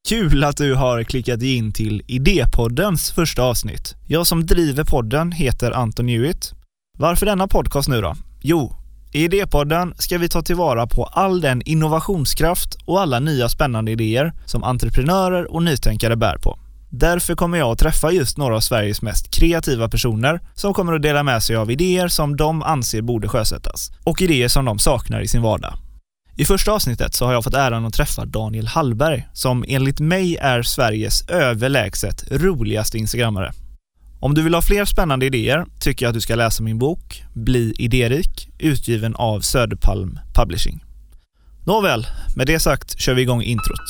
Kul att du har klickat in till Idépoddens första avsnitt. Jag som driver podden heter Anton Hewitt. Varför denna podcast nu då? Jo, i Idépodden ska vi ta tillvara på all den innovationskraft och alla nya spännande idéer som entreprenörer och nytänkare bär på. Därför kommer jag att träffa just några av Sveriges mest kreativa personer som kommer att dela med sig av idéer som de anser borde sjösättas och idéer som de saknar i sin vardag. I första avsnittet så har jag fått äran att träffa Daniel Hallberg som enligt mig är Sveriges överlägset roligaste instagrammare. Om du vill ha fler spännande idéer tycker jag att du ska läsa min bok Bli idérik, utgiven av Söderpalm Publishing. Nåväl, med det sagt kör vi igång introt.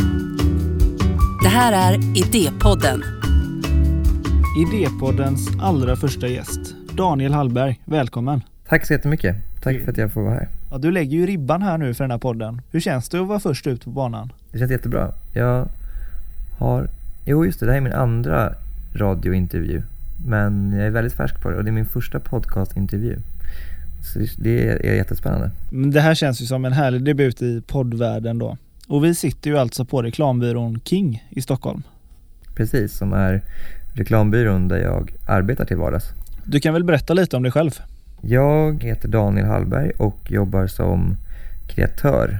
Det här är Idépodden. Idépoddens allra första gäst, Daniel Hallberg. Välkommen. Tack så jättemycket. Tack för att jag får vara här. Ja, du lägger ju ribban här nu för den här podden. Hur känns det att vara först ut på banan? Det känns jättebra. Jag har... just det här är min andra radiointervju. Men jag är väldigt färsk på det och det är min första podcastintervju. Så det är jättespännande. Men det här känns ju som en härlig debut i poddvärlden då. Och vi sitter ju alltså på reklambyrån King i Stockholm. Precis, som är reklambyrån där jag arbetar till vardags. Du kan väl berätta lite om dig själv? Jag heter Daniel Hallberg och jobbar som kreatör.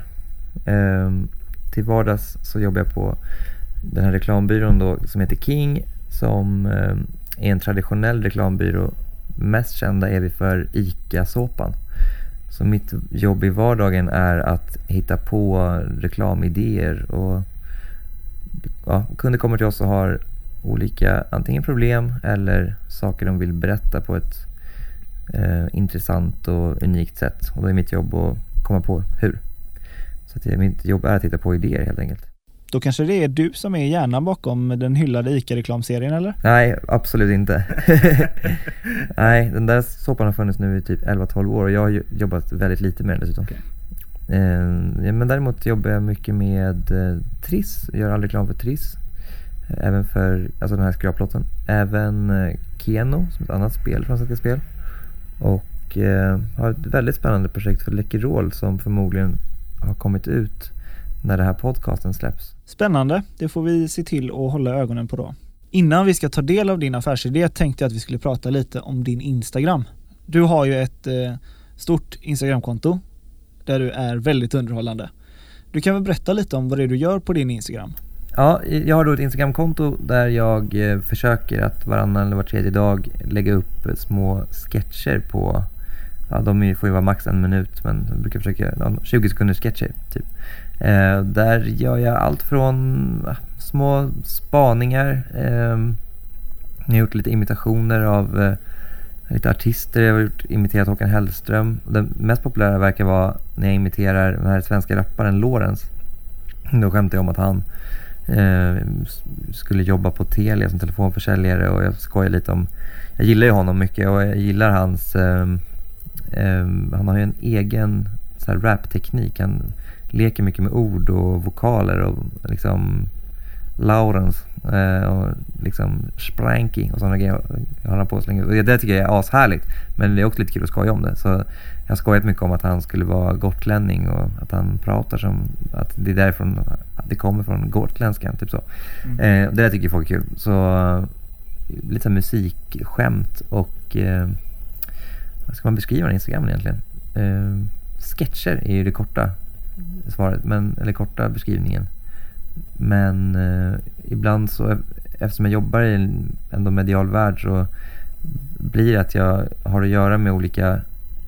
Till vardags så jobbar jag på den här reklambyrån då, som heter King, som är en traditionell reklambyrå. Mest kända är vi för ICA-såpan. Så mitt jobb i vardagen är att hitta på reklamidéer och kunder kommer till oss och har olika antingen problem eller saker de vill berätta på ett intressant och unikt sätt. Och då är mitt jobb att komma på hur. Så att mitt jobb är att hitta på idéer helt enkelt. Då kanske det är du som är hjärnan bakom den hyllade ICA-reklamserien, eller? Nej, absolut inte. Nej, den där såpan har funnits nu i typ 11-12 år och jag har jobbat väldigt lite med den dessutom. Okay. Men däremot jobbar jag mycket med Triss. Jag gör all reklam för Triss. Även för den här skraplotten. Även Keno, som ett annat spel från Svenska Spel. Och har ett väldigt spännande projekt för Läkerol som förmodligen har kommit ut när den här podcasten släpps. Spännande, det får vi se till att hålla ögonen på då. Innan vi ska ta del av din affärsidé tänkte jag att vi skulle prata lite om din Instagram. Du har ju ett stort Instagramkonto där du är väldigt underhållande. Du kan väl berätta lite om vad det är du gör på din Instagram? Ja, jag har då ett Instagramkonto där jag försöker att varannan eller var tredje dag lägga upp små sketcher på... Ja, de får ju vara max 1 minut, men jag brukar försöka 20 sekunder sketcher typ. Där gör jag allt från små spaningar. Jag har gjort lite imitationer av lite artister. Jag har imiterat Håkan Hellström. Den mest populära verkar vara när jag imiterar den här svenska rapparen Lorentz. Då skämtar jag om att han skulle jobba på Telia som telefonförsäljare och jag skojar lite om... Jag gillar ju honom mycket och jag gillar hans... han har ju en egen så här rap-teknik. Han leker mycket med ord och vokaler och liksom Laurens och liksom Spranky och sådana grejer har han på så länge. Och det tycker jag är ashärligt, men det är också lite kul att skoja om det. Så jag har skojat mycket om att han skulle vara gotlänning och att han pratar som att det är därifrån att det kommer från gotländskan typ så. Det där tycker folk är kul. Så lite så musikskämt och vad ska man beskriva den Instagramen egentligen? Sketcher är ju det korta svaret, eller korta beskrivningen. Men ibland så, eftersom jag jobbar i en ändå medial värld, så blir det att jag har att göra med olika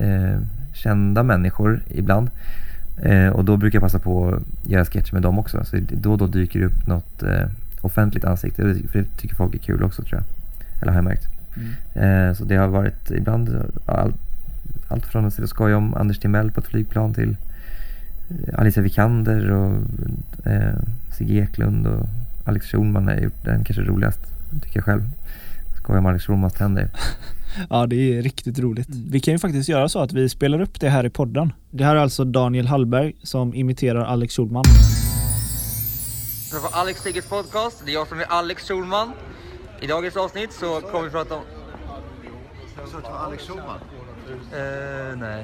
kända människor ibland. Och då brukar jag passa på att göra sketcher med dem också. Så då och då dyker det upp något offentligt ansikte. För det tycker folk är kul också, tror jag. Eller har jag märkt. Så det har varit ibland allt från att sitta och skoja om Anders Timell på ett flygplan till Alicia Vikander och Sigge Eklund och Alex Schulman har gjort den kanske roligast, tycker jag själv. Skoja om Alex Schulmans tänder. Ja, det är riktigt roligt. Vi kan ju faktiskt göra så att vi spelar upp det här i podden. Det här är alltså Daniel Hallberg som imiterar Alex Schulman. Så för Alex Tiggers podcast, det är jag som är Alex Schulman. I dagens avsnitt så kommer vi prata om... Jag sa att det var Alex Schulman. Nej.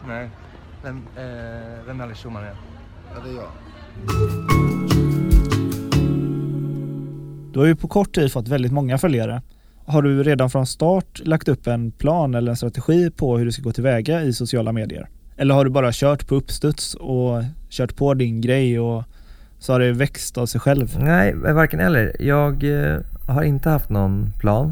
Vem är Alex Schulman? Ja, det är jag. Du har ju på kort tid fått väldigt många följare. Har du redan från start lagt upp en plan eller en strategi på hur du ska gå tillväga i sociala medier? Eller har du bara kört på uppstuds och kört på din grej och så har det växt av sig själv? Nej, varken eller. Jag har inte haft någon plan.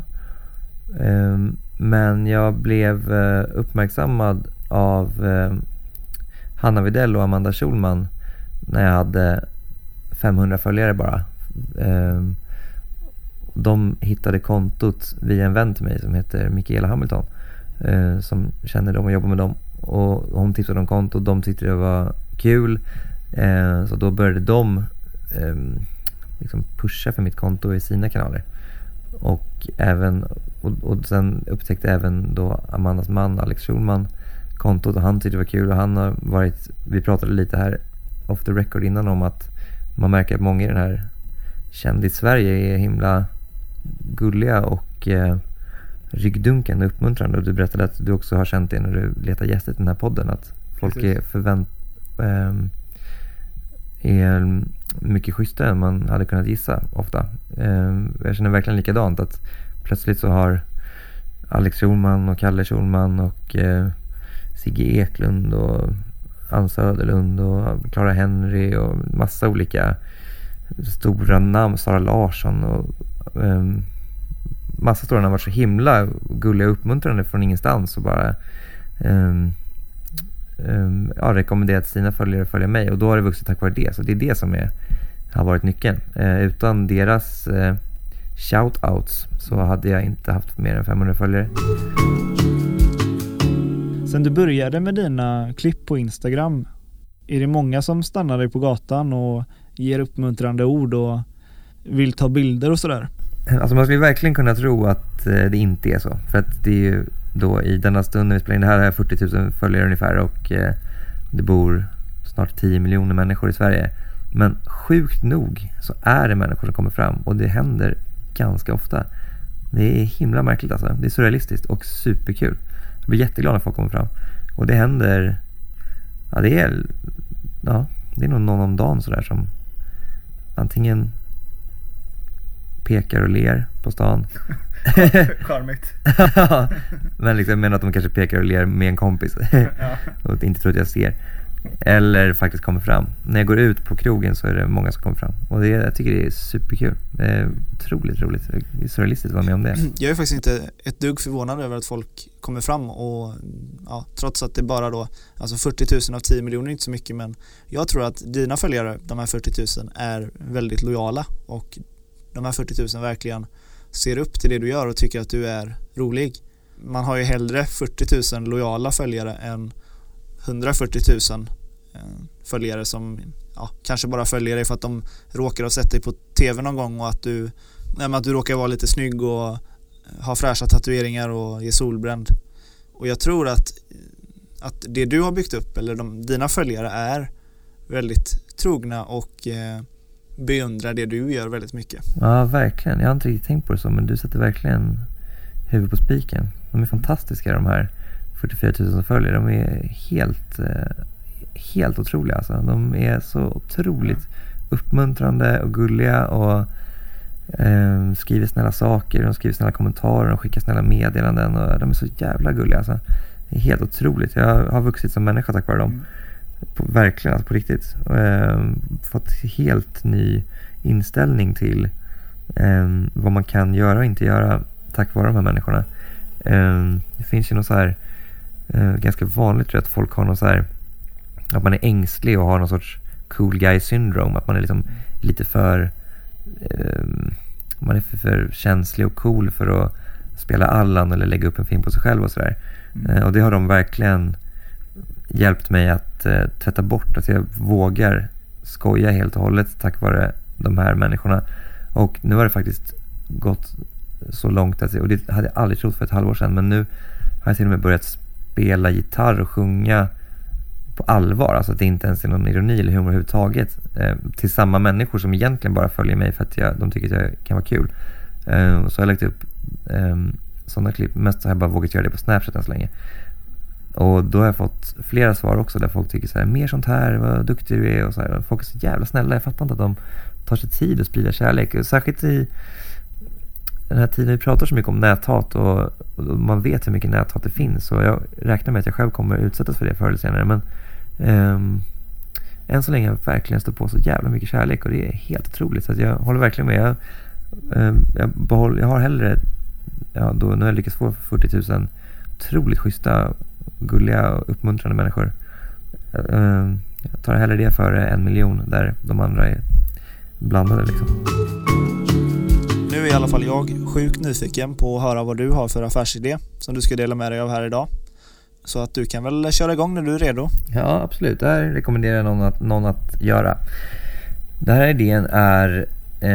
Men jag blev uppmärksammad av Hanna Widell och Amanda Schulman när jag hade 500 följare bara. De hittade kontot via en vän till mig som heter Michaela Hamilton, som känner dem och jobbar med dem. Och hon tittade om kontot, de tyckte det var kul. Så då började de liksom pusha för mitt konto i sina kanaler. Och sen upptäckte även då Amandas man Alex Schulman kontot och han tyckte det var kul. Och han har varit, vi pratade lite här off the record innan om att man märker att många i den här kändis-Sverige är himla gulliga och ryggdunkande och uppmuntrande. Och du berättade att du också har känt det när du letar gäster till den här podden, att folk är är mycket schysstare än man hade kunnat gissa ofta. Jag känner verkligen likadant, att plötsligt så har Alex Schulman och Kalle Schulman och Sigge Eklund och Ann Söderlund och Clara Henry och massa olika stora namn, Sara Larsson och massa stora namn var så himla gulliga och uppmuntrande från ingenstans och bara rekommenderat sina följare att följa mig, och då har det vuxit tack vare det. Så det är det som har varit nyckeln. Utan deras shoutouts så hade jag inte haft mer än 500 följare. Sen du började med dina klipp på Instagram, är det många som stannar dig på gatan och ger uppmuntrande ord och vill ta bilder och sådär? Alltså man skulle verkligen kunna tro att det inte är så. För att det är ju då i denna stund när vi spelar in det här 40 000 följare ungefär, och det bor snart 10 miljoner människor i Sverige. Men sjukt nog så är det människor som kommer fram, och det händer ganska ofta. Det är himla märkligt alltså. Det är surrealistiskt och superkul. Jag blir jätteglad när folk kommer fram. Och det händer, det är nog någon om dagen sådär som antingen pekar och ler på stan. Charmigt. Men liksom menar att de kanske pekar och ler med en kompis. Och inte tror att jag ser. Eller faktiskt kommer fram. När jag går ut på krogen så är det många som kommer fram. Och jag tycker det är superkul. Det är otroligt roligt. Det är surrealistiskt att vara med om det. Jag är faktiskt inte ett dugg förvånad över att folk kommer fram. Och trots att det bara då, alltså 40 000 av 10 miljoner är inte så mycket. Men jag tror att dina följare, de här 40 000, är väldigt lojala. Och de här 40 000 verkligen ser upp till det du gör och tycker att du är rolig. Man har ju hellre 40 000 lojala följare än 140 000 följare som kanske bara följer dig för att de råkar ha sett dig på tv någon gång och att du råkar vara lite snygg och ha fräscha tatueringar och ge solbränd. Och jag tror att det du har byggt upp, eller dina följare, är väldigt trogna och beundrar det du gör väldigt mycket. Ja, verkligen. Jag har inte riktigt tänkt på det så, men du sätter verkligen huvudet på spiken. De är fantastiska, de här 44 000 som följer. De är helt otroliga alltså. De är så otroligt uppmuntrande och gulliga och skriver snälla saker, de skriver snälla kommentarer, de skickar snälla meddelanden och de är så jävla gulliga alltså. Det är helt otroligt. Jag har vuxit som människa tack vare dem. Verkligen, alltså på riktigt. Fått helt ny inställning till vad man kan göra och inte göra tack vare de här människorna. Det finns ju något så här ganska vanligt, tror jag, att folk har något så här, att man är ängslig och har någon sorts cool guy syndrome, att man är liksom lite för man är för känslig och cool för att spela Allan eller lägga upp en film på sig själv och sådär. Och det har de verkligen hjälpt mig att tvätta bort, att jag vågar skoja helt och hållet tack vare de här människorna. Och nu har det faktiskt gått så långt att, och det hade jag aldrig trott för ett halvår sedan, men nu har jag till och med börjat spela gitarr och sjunga på allvar, alltså att det inte ens är någon ironi eller humor överhuvudtaget, till samma människor som egentligen bara följer mig för att de tycker att jag kan vara kul. Så har jag lagt upp sådana klipp, mest så har jag bara vågat göra det på Snapchat än så länge. Och då har jag fått flera svar också där folk tycker så här, mer sånt här, vad duktig du är och så här. Folk är så jävla snälla, jag fattar inte att de tar sig tid att sprida kärlek. Och särskilt i den här tiden vi pratar så mycket om näthat och man vet hur mycket näthat det finns. Och jag räknar med att jag själv kommer utsättas för det förr eller senare. Men än så länge har jag verkligen stått på så jävla mycket kärlek och det är helt otroligt. Så att jag håller verkligen med. Jag har hellre, då när jag lyckas få 40 000 otroligt schyssta, gulliga och uppmuntrande människor. Jag tar hellre det för 1 miljon där de andra är blandade liksom. Nu är i alla fall jag sjukt nyfiken på att höra vad du har för affärsidé som du ska dela med dig av här idag. Så att du kan väl köra igång när du är redo. Ja, absolut. Det här rekommenderar jag någon att göra. Den här idén är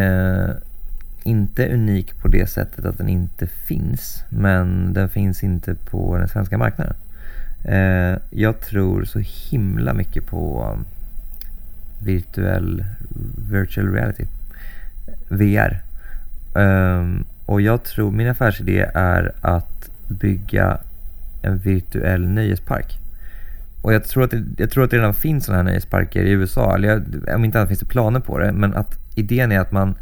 inte unik på det sättet att den inte finns. Men den finns inte på den svenska marknaden. Jag tror så himla mycket på virtual reality. VR. Och jag tror min affärsidé är att bygga en virtuell nöjespark. Och jag tror att det redan finns sådana här nöjesparker i USA. Eller om inte annat finns det planer på det. Men att idén är att man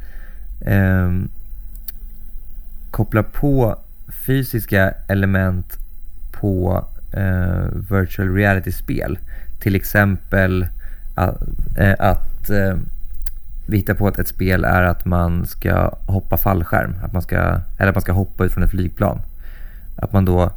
kopplar på fysiska element på virtual reality-spel. Till exempel att vi hittar på att ett spel är att man ska hoppa fallskärm. Att man ska hoppa ut från ett flygplan. Att man då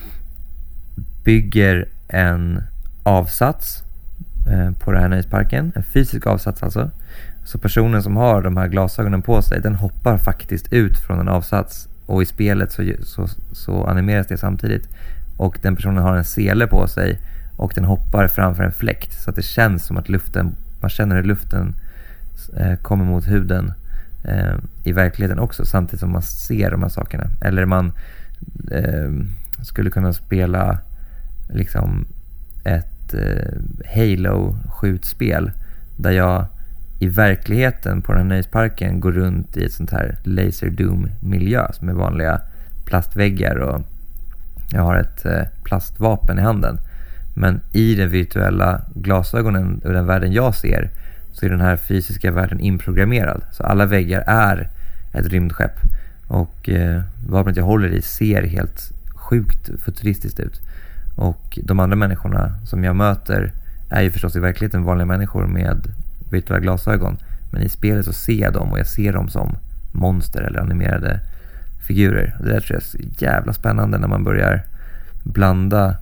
bygger en avsats på den här nöjesparken. En fysisk avsats alltså. Så personen som har de här glasögonen på sig, den hoppar faktiskt ut från en avsats. Och i spelet så animeras det samtidigt. Och den personen har en sele på sig och den hoppar framför en fläkt. Så att det känns som att man känner hur luften kommer mot huden i verkligheten också, samtidigt som man ser de här sakerna. Eller man skulle kunna spela liksom ett Halo-skjutspel där jag i verkligheten på den här nöjesparken går runt i ett sånt här Laser Doom-miljö som är vanliga plastväggar och jag har ett plastvapen i handen. Men i den virtuella glasögonen och den världen jag ser så är den här fysiska världen inprogrammerad. Så alla väggar är ett rymdskepp. Och vapnet jag håller i ser helt sjukt futuristiskt ut. Och de andra människorna som jag möter är ju förstås i verkligheten vanliga människor med virtuella glasögon. Men i spelet så ser jag dem och jag ser dem som monster eller animerade figurer. Det där tror jag är så jävla spännande när man börjar blanda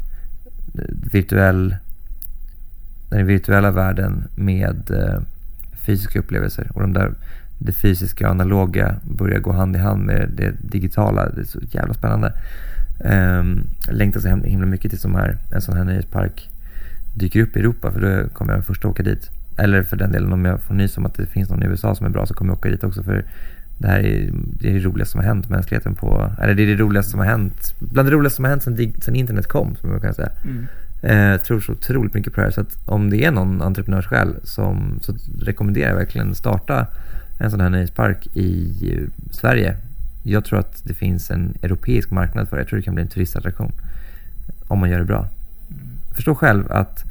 den virtuella världen med fysiska upplevelser. Och det fysiska och analoga börjar gå hand i hand med det digitala. Det är så jävla spännande. Längtar så himla mycket till en sån här nöjespark dyker upp i Europa, för då kommer jag först åka dit. Eller för den delen, om jag får nys om att det finns någon i USA som är bra, så kommer jag åka dit också, för det här är det roligaste som har hänt mänskligheten eller det är det roligaste som har hänt, bland det roligaste som har hänt sen internet kom, som man kan säga. Jag tror så otroligt mycket på det här, så att om det är någon entreprenörssjäl så rekommenderar jag verkligen starta en sån här nöjespark i Sverige. Jag tror att det finns en europeisk marknad för det. Jag tror det kan bli en turistattraktion om man gör det bra. Förstå själv att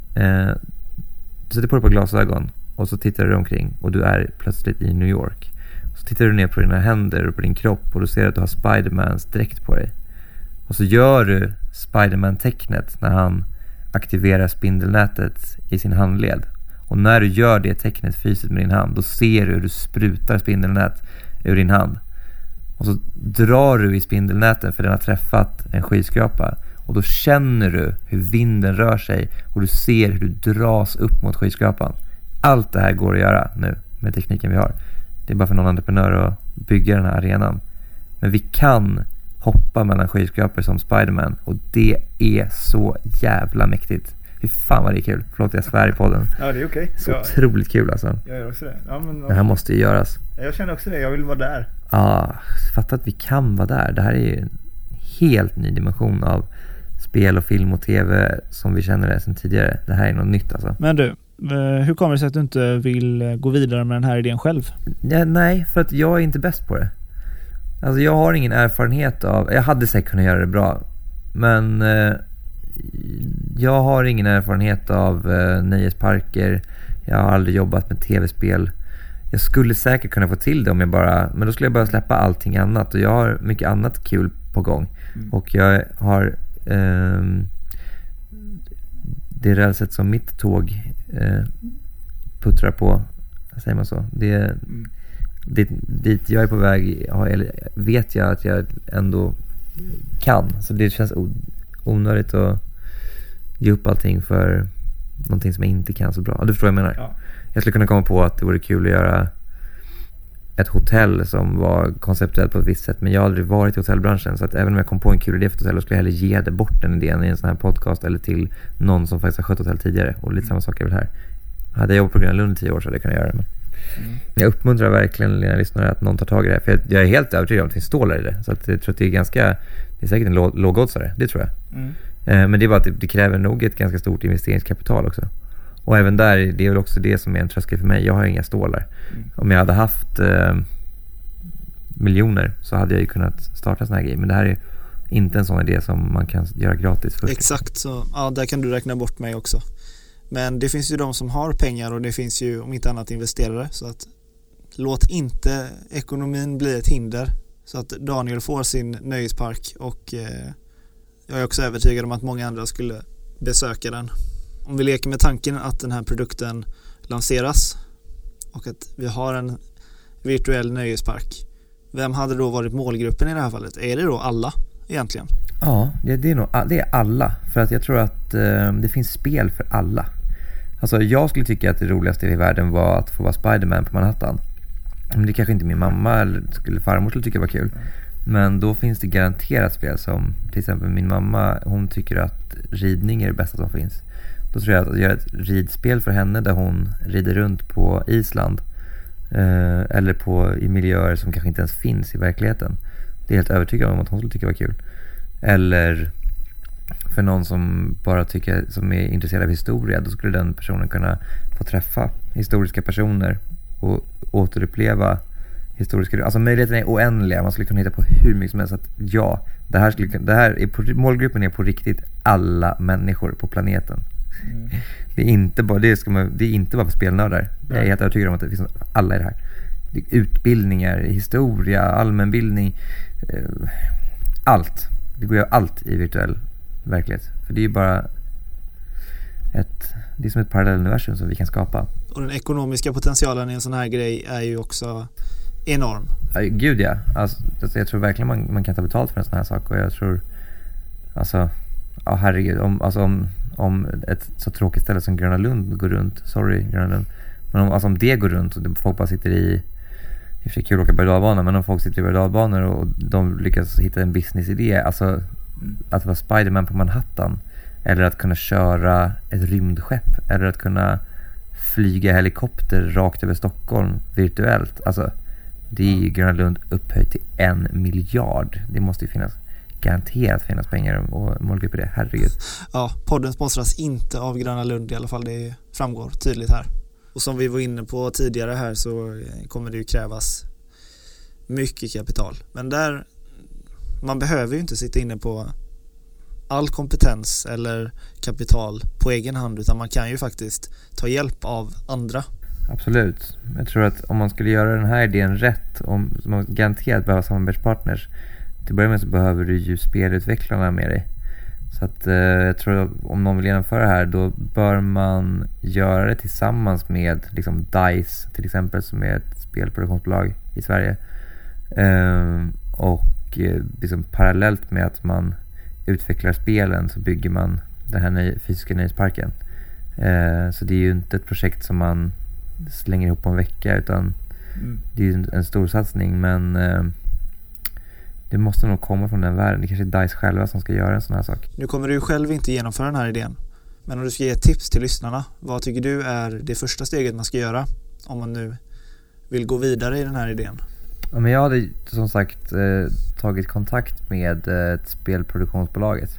du sätter på dig på glasögon och så tittar du omkring och du är plötsligt i New York. Så tittar du ner på dina händer och på din kropp och du ser att du har Spider-Mans dräkt på dig. Och så gör du Spider-Man-tecknet när han aktiverar spindelnätet i sin handled. Och när du gör det tecknet fysiskt med din hand, då ser du hur du sprutar spindelnät ur din hand. Och så drar du i spindelnäten för den har träffat en skyskrapa. Och då känner du hur vinden rör sig och du ser hur du dras upp mot skyskrapan. Allt det här går att göra nu med tekniken vi har. Det är bara för någon entreprenör att bygga den här arenan. Men vi kan hoppa mellan skyskrapor som Spider-Man och det är så jävla mäktigt. Hur fan vad det är kul. Förlåt, jag svär i podden. Ja, det är okej. Så otroligt kul alltså. Jag gör också det. Ja, men, det här måste ju göras. Jag känner också det. Jag vill vara där. Ja, fatta att vi kan vara där. Det här är ju en helt ny dimension av spel och film och tv som vi känner det sedan tidigare. Det här är något nytt alltså. Men du, hur kommer det sig att du inte vill gå vidare med den här idén själv? Ja, nej, för att jag är inte bäst på det. Alltså jag har ingen erfarenhet av... Jag hade säkert kunnat göra det bra. Men jag har ingen erfarenhet av nöjesparker. Jag har aldrig jobbat med tv-spel. Jag skulle säkert kunna få till det om jag bara... Men då skulle jag bara släppa allting annat. Och jag har mycket annat kul på gång. Och jag har... det rälset som mitt tåg puttrar på, säger man så. Dit jag är på väg vet jag att jag ändå kan. Så det känns onödigt att ge upp allting för någonting som jag inte kan så bra. Du förstår vad jag menar. Ja. Jag skulle kunna komma på att det vore kul att göra ett hotell som var konceptuellt på ett visst sätt, men jag har aldrig varit i hotellbranschen, så att även om jag kom på en kul idé för ett hotell, så skulle jag hellre ge det bort den idén i en sån här podcast eller till någon som faktiskt har skött hotell tidigare. Och lite samma sak är väl här. Hade jag jobbat på Gröna Lund i 10 år så hade jag kunnat göra det. Men jag uppmuntrar verkligen mina lyssnare att någon tar tag i det här, för jag är helt övertygad om att det finns stålar i det. Så att jag tror att det är säkert en lågoddsare, det tror jag. Men det är bara att det kräver nog ett ganska stort investeringskapital också. Och även där, det är väl också det som är en tröskel för mig. Jag har inga stålar. Om jag hade haft miljoner så hade jag ju kunnat starta såna här grejer. Men det här är inte en sån idé som man kan göra gratis först. Exakt, så ja, där kan du räkna bort mig också. Men det finns ju de som har pengar och det finns ju om inte annat investerare. Så att låt inte ekonomin bli ett hinder så att Daniel får sin nöjespark. Och jag är också övertygad om att många andra skulle besöka den. Om vi leker med tanken att den här produkten lanseras och att vi har en virtuell nöjespark, vem hade då varit målgruppen i det här fallet? Är det då alla egentligen? Ja, det är alla. För att jag tror att det finns spel för alla. Alltså jag skulle tycka att det roligaste i världen var att få vara Spider-Man på Manhattan. Men det kanske inte min mamma eller farmor skulle tycka var kul. Men då finns det garanterat spel som till exempel min mamma, hon tycker att ridning är det bästa som finns. Då tror jag att göra ett ridspel för henne där hon rider runt på Island eller i miljöer som kanske inte ens finns i verkligheten. Det är helt övertygad om att hon skulle tycka var kul. Eller för någon som bara som är intresserad av historia, då skulle den personen kunna få träffa historiska personer och återuppleva historiska... Alltså möjligheterna är oändliga. Man skulle kunna hitta på hur mycket som helst. Att ja, målgruppen är på riktigt alla människor på planeten. Det är inte bara för spelnördar. Jag är helt övertygad om att det finns alla i det här. Det är utbildningar, historia, allmänbildning, allt. Det går ju allt i virtuell verklighet. För det är ju bara det är som ett parallelluniversum som vi kan skapa. Och den ekonomiska potentialen i en sån här grej är ju också enorm. Ja, gud ja. Alltså, jag tror verkligen man kan ta betalt för en sån här sak. Och jag tror herregud, om ett så tråkigt ställe som Gröna Lund går runt, sorry Gröna Lund, men om det går runt och folk bara sitter i och för sig kul att åka berg-och-dalbanor, men om folk sitter i berg-och-dalbanor och de lyckas hitta en businessidé, alltså att vara Spider-Man på Manhattan, eller att kunna köra ett rymdskepp, eller att kunna flyga helikopter rakt över Stockholm virtuellt, alltså det är ju Gröna Lund upphöjt till 1 miljard. Det måste ju garanterat finnas pengar och målgrupper det, herregud. Ja, podden sponsras inte av Gröna Lund i alla fall, det framgår tydligt här. Och som vi var inne på tidigare här så kommer det ju krävas mycket kapital. Men man behöver ju inte sitta inne på all kompetens eller kapital på egen hand, utan man kan ju faktiskt ta hjälp av andra. Absolut. Jag tror att om man skulle göra den här idén rätt, om man garanterat behöver samarbetspartners, till början med så behöver du ju spelutvecklarna med dig. Så att jag tror att om någon vill genomföra det här, då bör man göra det tillsammans med liksom DICE till exempel, som är ett spelproduktionsbolag i Sverige. Och liksom parallellt med att man utvecklar spelen så bygger man den här fysiska nöjesparken. Så det är ju inte ett projekt som man slänger ihop på en vecka, utan det är ju en stor satsning, men det måste nog komma från den världen. Det kanske är DICE själva som ska göra en sån här sak. Nu kommer du ju själv inte genomföra den här idén, men om du ska ge ett tips till lyssnarna, vad tycker du är det första steget man ska göra om man nu vill gå vidare i den här idén? Ja, men jag hade som sagt tagit kontakt med ett spelproduktionsbolaget.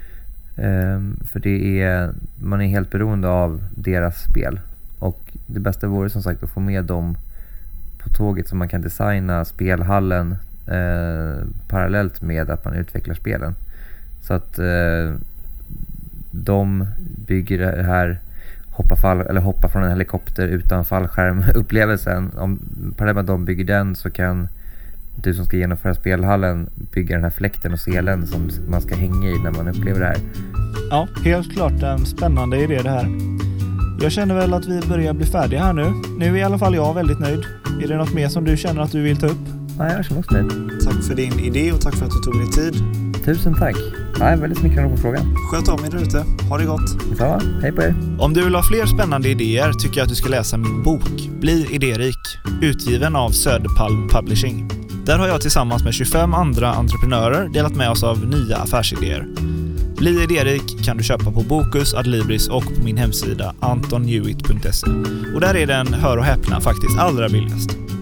För man är helt beroende av deras spel. Och det bästa vore som sagt att få med dem på tåget, så man kan designa spelhallen parallellt med att man utvecklar spelen. Så att de bygger det här hoppa från en helikopter utan fallskärm-upplevelsen. Parallellt med att de bygger den så kan du som ska genomföra spelhallen bygga den här fläkten och selen som man ska hänga i när man upplever det här. Ja, helt klart en spännande idé det här. Jag känner väl att vi börjar bli färdiga här nu. Nu är i alla fall jag väldigt nöjd. Är det något mer som du känner att du vill ta upp? Nej, jag känner också nöjd. Tack för din idé och tack för att du tog dig tid. Tusen tack. Nej, väldigt smickrande på frågan. Sköt om er där ute. Ha det gott. Detsamma. Hej på er. Om du vill ha fler spännande idéer tycker jag att du ska läsa min bok Bli idérik, utgiven av Söderpalm Publishing. Där har jag tillsammans med 25 andra entreprenörer delat med oss av nya affärsidéer. Bli idérik kan du köpa på Bokus, Adlibris och på min hemsida antonhewitt.se. Och där är den, hör och häpna, faktiskt allra billigast.